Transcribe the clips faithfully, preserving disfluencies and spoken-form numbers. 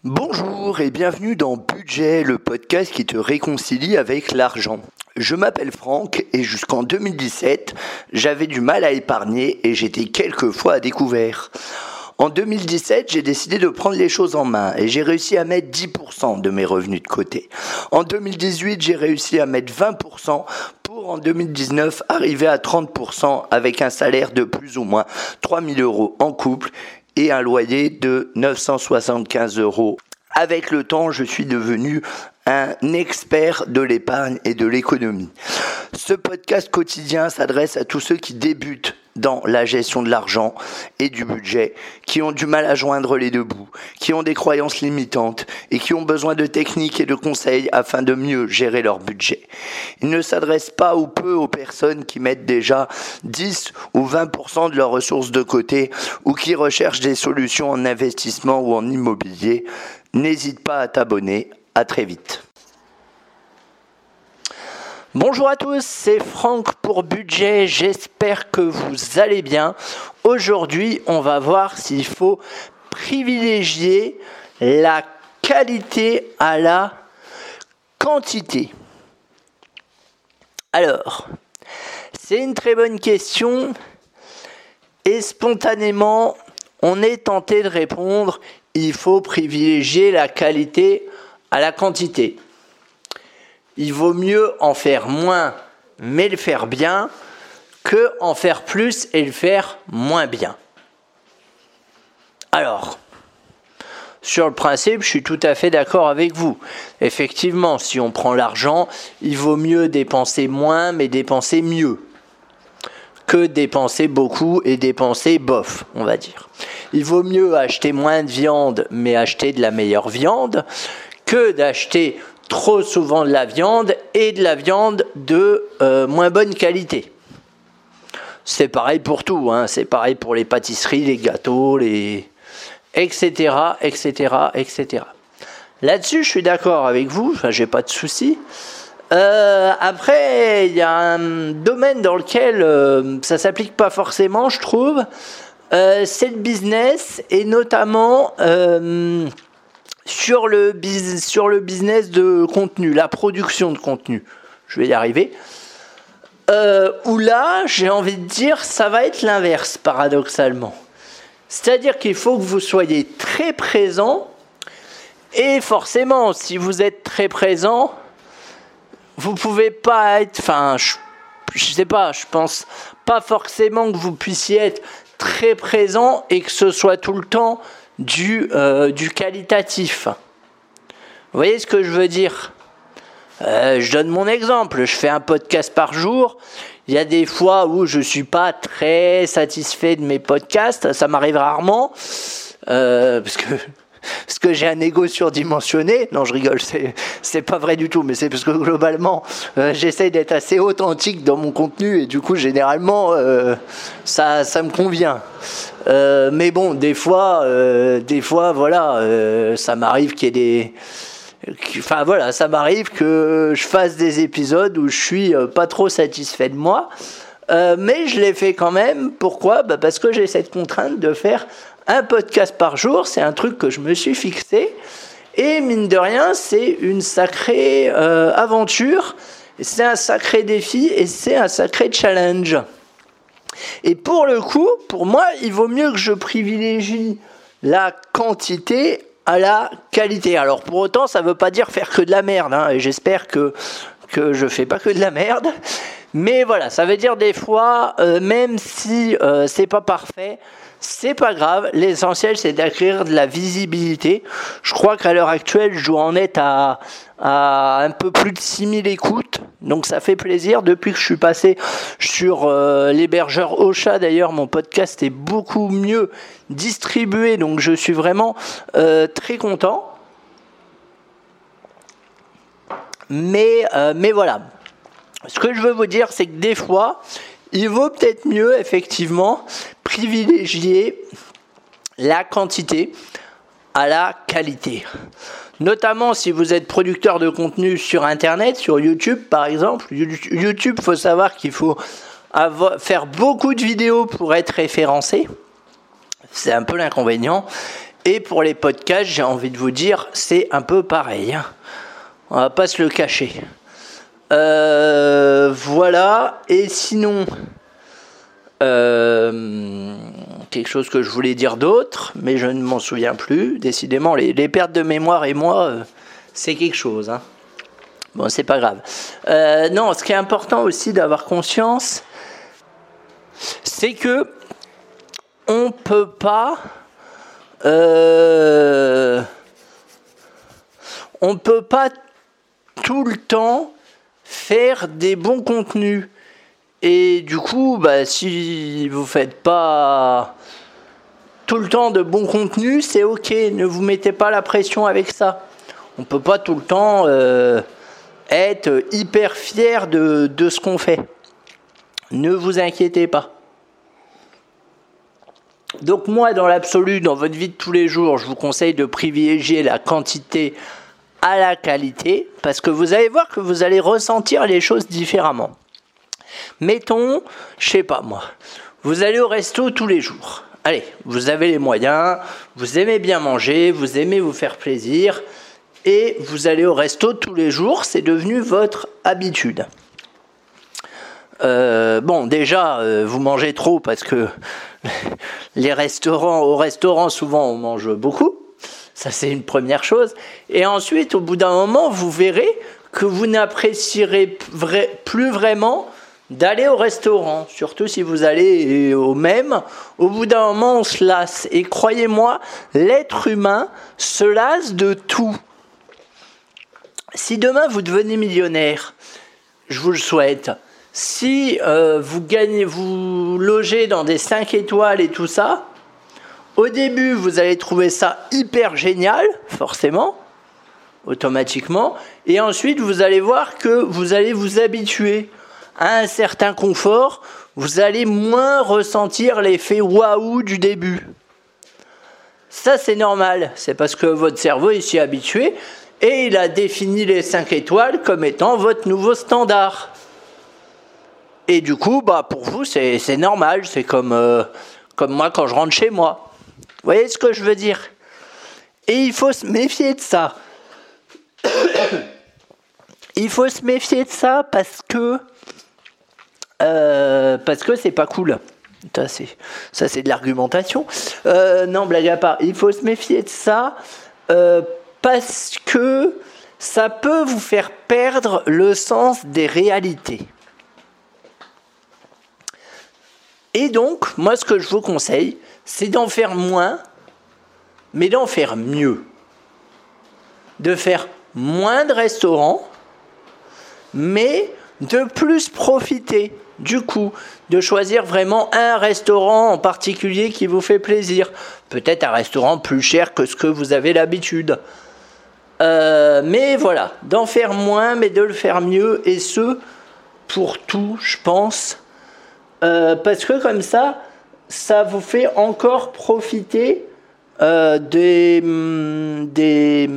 Bonjour et bienvenue dans Budget, le podcast qui te réconcilie avec l'argent. Je m'appelle Franck et jusqu'en deux mille dix-sept, j'avais du mal à épargner et j'étais quelquefois à découvert. En deux mille dix-sept, j'ai décidé de prendre les choses en main et j'ai réussi à mettre dix pour cent de mes revenus de côté. En deux mille dix-huit, j'ai réussi à mettre vingt pour cent pour en deux mille dix-neuf arriver à trente pour cent avec un salaire de plus ou moins trois mille euros en couple et un loyer de neuf cent soixante-quinze euros. Avec le temps, je suis devenu un expert de l'épargne et de l'économie. Ce podcast quotidien s'adresse à tous ceux qui débutent dans la gestion de l'argent et du budget, qui ont du mal à joindre les deux bouts, qui ont des croyances limitantes et qui ont besoin de techniques et de conseils afin de mieux gérer leur budget. Il ne s'adresse pas ou peu aux personnes qui mettent déjà dix ou vingt pour cent de leurs ressources de côté ou qui recherchent des solutions en investissement ou en immobilier. N'hésite pas à t'abonner. À très vite. Bonjour à tous, c'est Franck pour Budget, j'espère que vous allez bien. Aujourd'hui, on va voir s'il faut privilégier la qualité à la quantité. Alors, c'est une très bonne question et spontanément, on est tenté de répondre, il faut privilégier la qualité à la quantité. Il vaut mieux en faire moins, mais le faire bien, que en faire plus et le faire moins bien. Alors, sur le principe, je suis tout à fait d'accord avec vous. Effectivement, si on prend l'argent, il vaut mieux dépenser moins, mais dépenser mieux, que dépenser beaucoup et dépenser bof, on va dire. Il vaut mieux acheter moins de viande, mais acheter de la meilleure viande, que d'acheter trop souvent de la viande et de la viande de euh, moins bonne qualité. C'est pareil pour tout, hein. C'est pareil pour les pâtisseries, les gâteaux, les et cetera, et cetera, et cetera. Là-dessus, je suis d'accord avec vous, enfin, j'ai pas de souci. Euh, après, il y a un domaine dans lequel euh, ça s'applique pas forcément, je trouve. Euh, c'est le business et notamment euh, Sur le, biz- sur le business de contenu, la production de contenu, je vais y arriver, euh, où là, j'ai envie de dire, ça va être l'inverse, paradoxalement. C'est-à-dire qu'il faut que vous soyez très présent, et forcément, si vous êtes très présent, vous pouvez pas être, enfin, je, je sais pas, je pense pas forcément que vous puissiez être très présent et que ce soit tout le temps Du, euh, du qualitatif. Vous voyez ce que je veux dire ? euh, Je donne mon exemple. Je fais un podcast par jour. Il y a des fois où je ne suis pas très satisfait de mes podcasts. Ça m'arrive rarement. Euh, parce que... Parce que j'ai un ego surdimensionné. Non, je rigole, c'est, c'est pas vrai du tout, mais c'est parce que globalement, euh, j'essaye d'être assez authentique dans mon contenu et du coup, généralement, euh, ça, ça me convient. Euh, mais bon, des fois, euh, des fois, voilà, euh, ça m'arrive qu'il y ait des... Enfin voilà, ça m'arrive que je fasse des épisodes où je suis euh, pas trop satisfait de moi. Euh, mais je l'ai fait quand même. Pourquoi ? Bah parce que j'ai cette contrainte de faire un podcast par jour. C'est un truc que je me suis fixé. Et mine de rien, c'est une sacrée euh, aventure. C'est un sacré défi et c'est un sacré challenge. Et pour le coup, pour moi, il vaut mieux que je privilégie la quantité à la qualité. Alors pour autant, ça ne veut pas dire faire que de la merde. Hein, et j'espère que, que je ne fais pas que de la merde. Mais voilà, ça veut dire des fois, euh, même si euh, c'est pas parfait, c'est pas grave. L'essentiel, c'est d'acquérir de la visibilité. Je crois qu'à l'heure actuelle, je dois en être à, à un peu plus de six mille écoutes. Donc ça fait plaisir. Depuis que je suis passé sur euh, l'hébergeur Ocha, d'ailleurs, mon podcast est beaucoup mieux distribué. Donc je suis vraiment euh, très content. Mais, euh, mais voilà. Ce que je veux vous dire, c'est que des fois, il vaut peut-être mieux, effectivement, privilégier la quantité à la qualité. Notamment si vous êtes producteur de contenu sur Internet, sur YouTube par exemple. YouTube, il faut savoir qu'il faut avoir, faire beaucoup de vidéos pour être référencé. C'est un peu l'inconvénient. Et pour les podcasts, j'ai envie de vous dire, c'est un peu pareil. Hein. On va pas se le cacher. Euh, voilà. Et sinon, euh, quelque chose que je voulais dire d'autre, mais je ne m'en souviens plus. Décidément, les, les pertes de mémoire et moi, euh, c'est quelque chose. Hein. Bon, c'est pas grave. Euh, non, ce qui est important aussi d'avoir conscience, c'est que on peut pas, euh, on peut pas tout le temps faire des bons contenus. Et du coup, bah, si vous faites pas tout le temps de bons contenus, c'est ok. Ne vous mettez pas la pression avec ça. On peut pas tout le temps euh, être hyper fier de, de ce qu'on fait. Ne vous inquiétez pas. Donc moi, dans l'absolu, dans votre vie de tous les jours, je vous conseille de privilégier la quantité à la qualité, parce que vous allez voir que vous allez ressentir les choses différemment. Mettons, je sais pas moi, vous allez au resto tous les jours. Allez, vous avez les moyens, vous aimez bien manger, vous aimez vous faire plaisir, et vous allez au resto tous les jours, c'est devenu votre habitude. Euh, bon, déjà, euh, vous mangez trop parce que les restaurants, au restaurant, souvent, on mange beaucoup. Ça, c'est une première chose. Et ensuite, au bout d'un moment, vous verrez que vous n'apprécierez vra- plus vraiment d'aller au restaurant. Surtout si vous allez au même. Au bout d'un moment, on se lasse. Et croyez-moi, l'être humain se lasse de tout. Si demain, vous devenez millionnaire, je vous le souhaite. Si euh, vous gagnez, vous logez dans des cinq étoiles et tout ça, au début, vous allez trouver ça hyper génial, forcément, automatiquement. Et ensuite, vous allez voir que vous allez vous habituer à un certain confort. Vous allez moins ressentir l'effet waouh du début. Ça, c'est normal. C'est parce que votre cerveau est s'y habitué et il a défini les cinq étoiles comme étant votre nouveau standard. Et du coup, bah, pour vous, c'est, c'est normal. C'est comme, euh, comme moi quand je rentre chez moi. Vous voyez ce que je veux dire? Et il faut se méfier de ça. Il faut se méfier de ça parce que euh, parce que c'est pas cool. Ça c'est, ça, c'est de l'argumentation. Euh, non, blague à part. Il faut se méfier de ça euh, parce que ça peut vous faire perdre le sens des réalités. Et donc, moi, ce que je vous conseille, c'est d'en faire moins, mais d'en faire mieux. De faire moins de restaurants, mais de plus profiter. Du coup, de choisir vraiment un restaurant en particulier qui vous fait plaisir. Peut-être un restaurant plus cher que ce que vous avez l'habitude. Euh, mais voilà, d'en faire moins, mais de le faire mieux. Et ce, pour tout, je pense. Euh, parce que comme ça, ça vous fait encore profiter euh, des, des...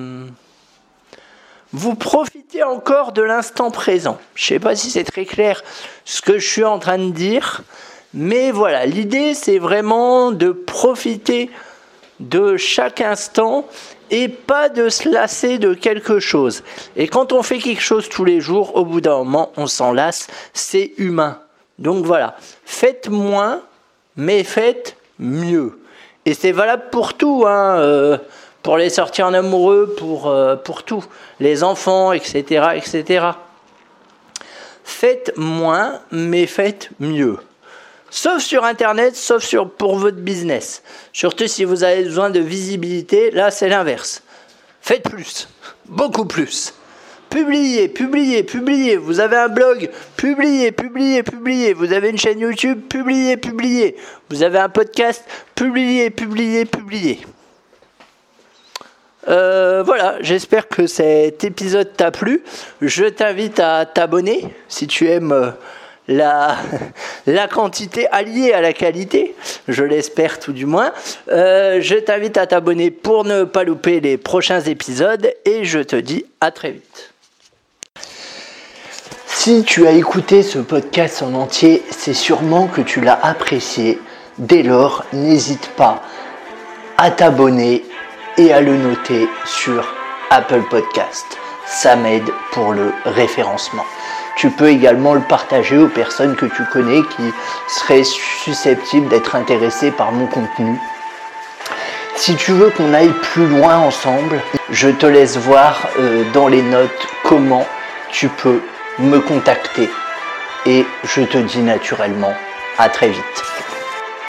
Vous profitez encore de l'instant présent. Je ne sais pas si c'est très clair ce que je suis en train de dire, mais voilà, l'idée c'est vraiment de profiter de chaque instant et pas de se lasser de quelque chose. Et quand on fait quelque chose tous les jours, au bout d'un moment, on s'en lasse, c'est humain. Donc voilà, faites moins, mais faites mieux. Et c'est valable pour tout, hein, euh, pour les sorties en amoureux, pour, euh, pour tout, les enfants, et cetera, et cetera. Faites moins, mais faites mieux. Sauf sur Internet, sauf sur, pour votre business. Surtout si vous avez besoin de visibilité, là c'est l'inverse. Faites plus, beaucoup plus. Publiez, publiez, publiez. Vous avez un blog, publiez, publiez, publiez. Vous avez une chaîne YouTube, publiez, publiez. Vous avez un podcast, publiez, publiez, publiez. Euh, voilà, j'espère que cet épisode t'a plu. Je t'invite à t'abonner si tu aimes euh, la, la quantité alliée à la qualité. Je l'espère tout du moins. Euh, je t'invite à t'abonner pour ne pas louper les prochains épisodes et je te dis à très vite. Si tu as écouté ce podcast en entier, c'est sûrement que tu l'as apprécié. Dès lors, n'hésite pas à t'abonner et à le noter sur Apple Podcast. Ça m'aide pour le référencement. Tu peux également le partager aux personnes que tu connais qui seraient susceptibles d'être intéressées par mon contenu. Si tu veux qu'on aille plus loin ensemble, je te laisse voir euh, dans les notes comment tu peux me contacter. Et je te dis naturellement à très vite.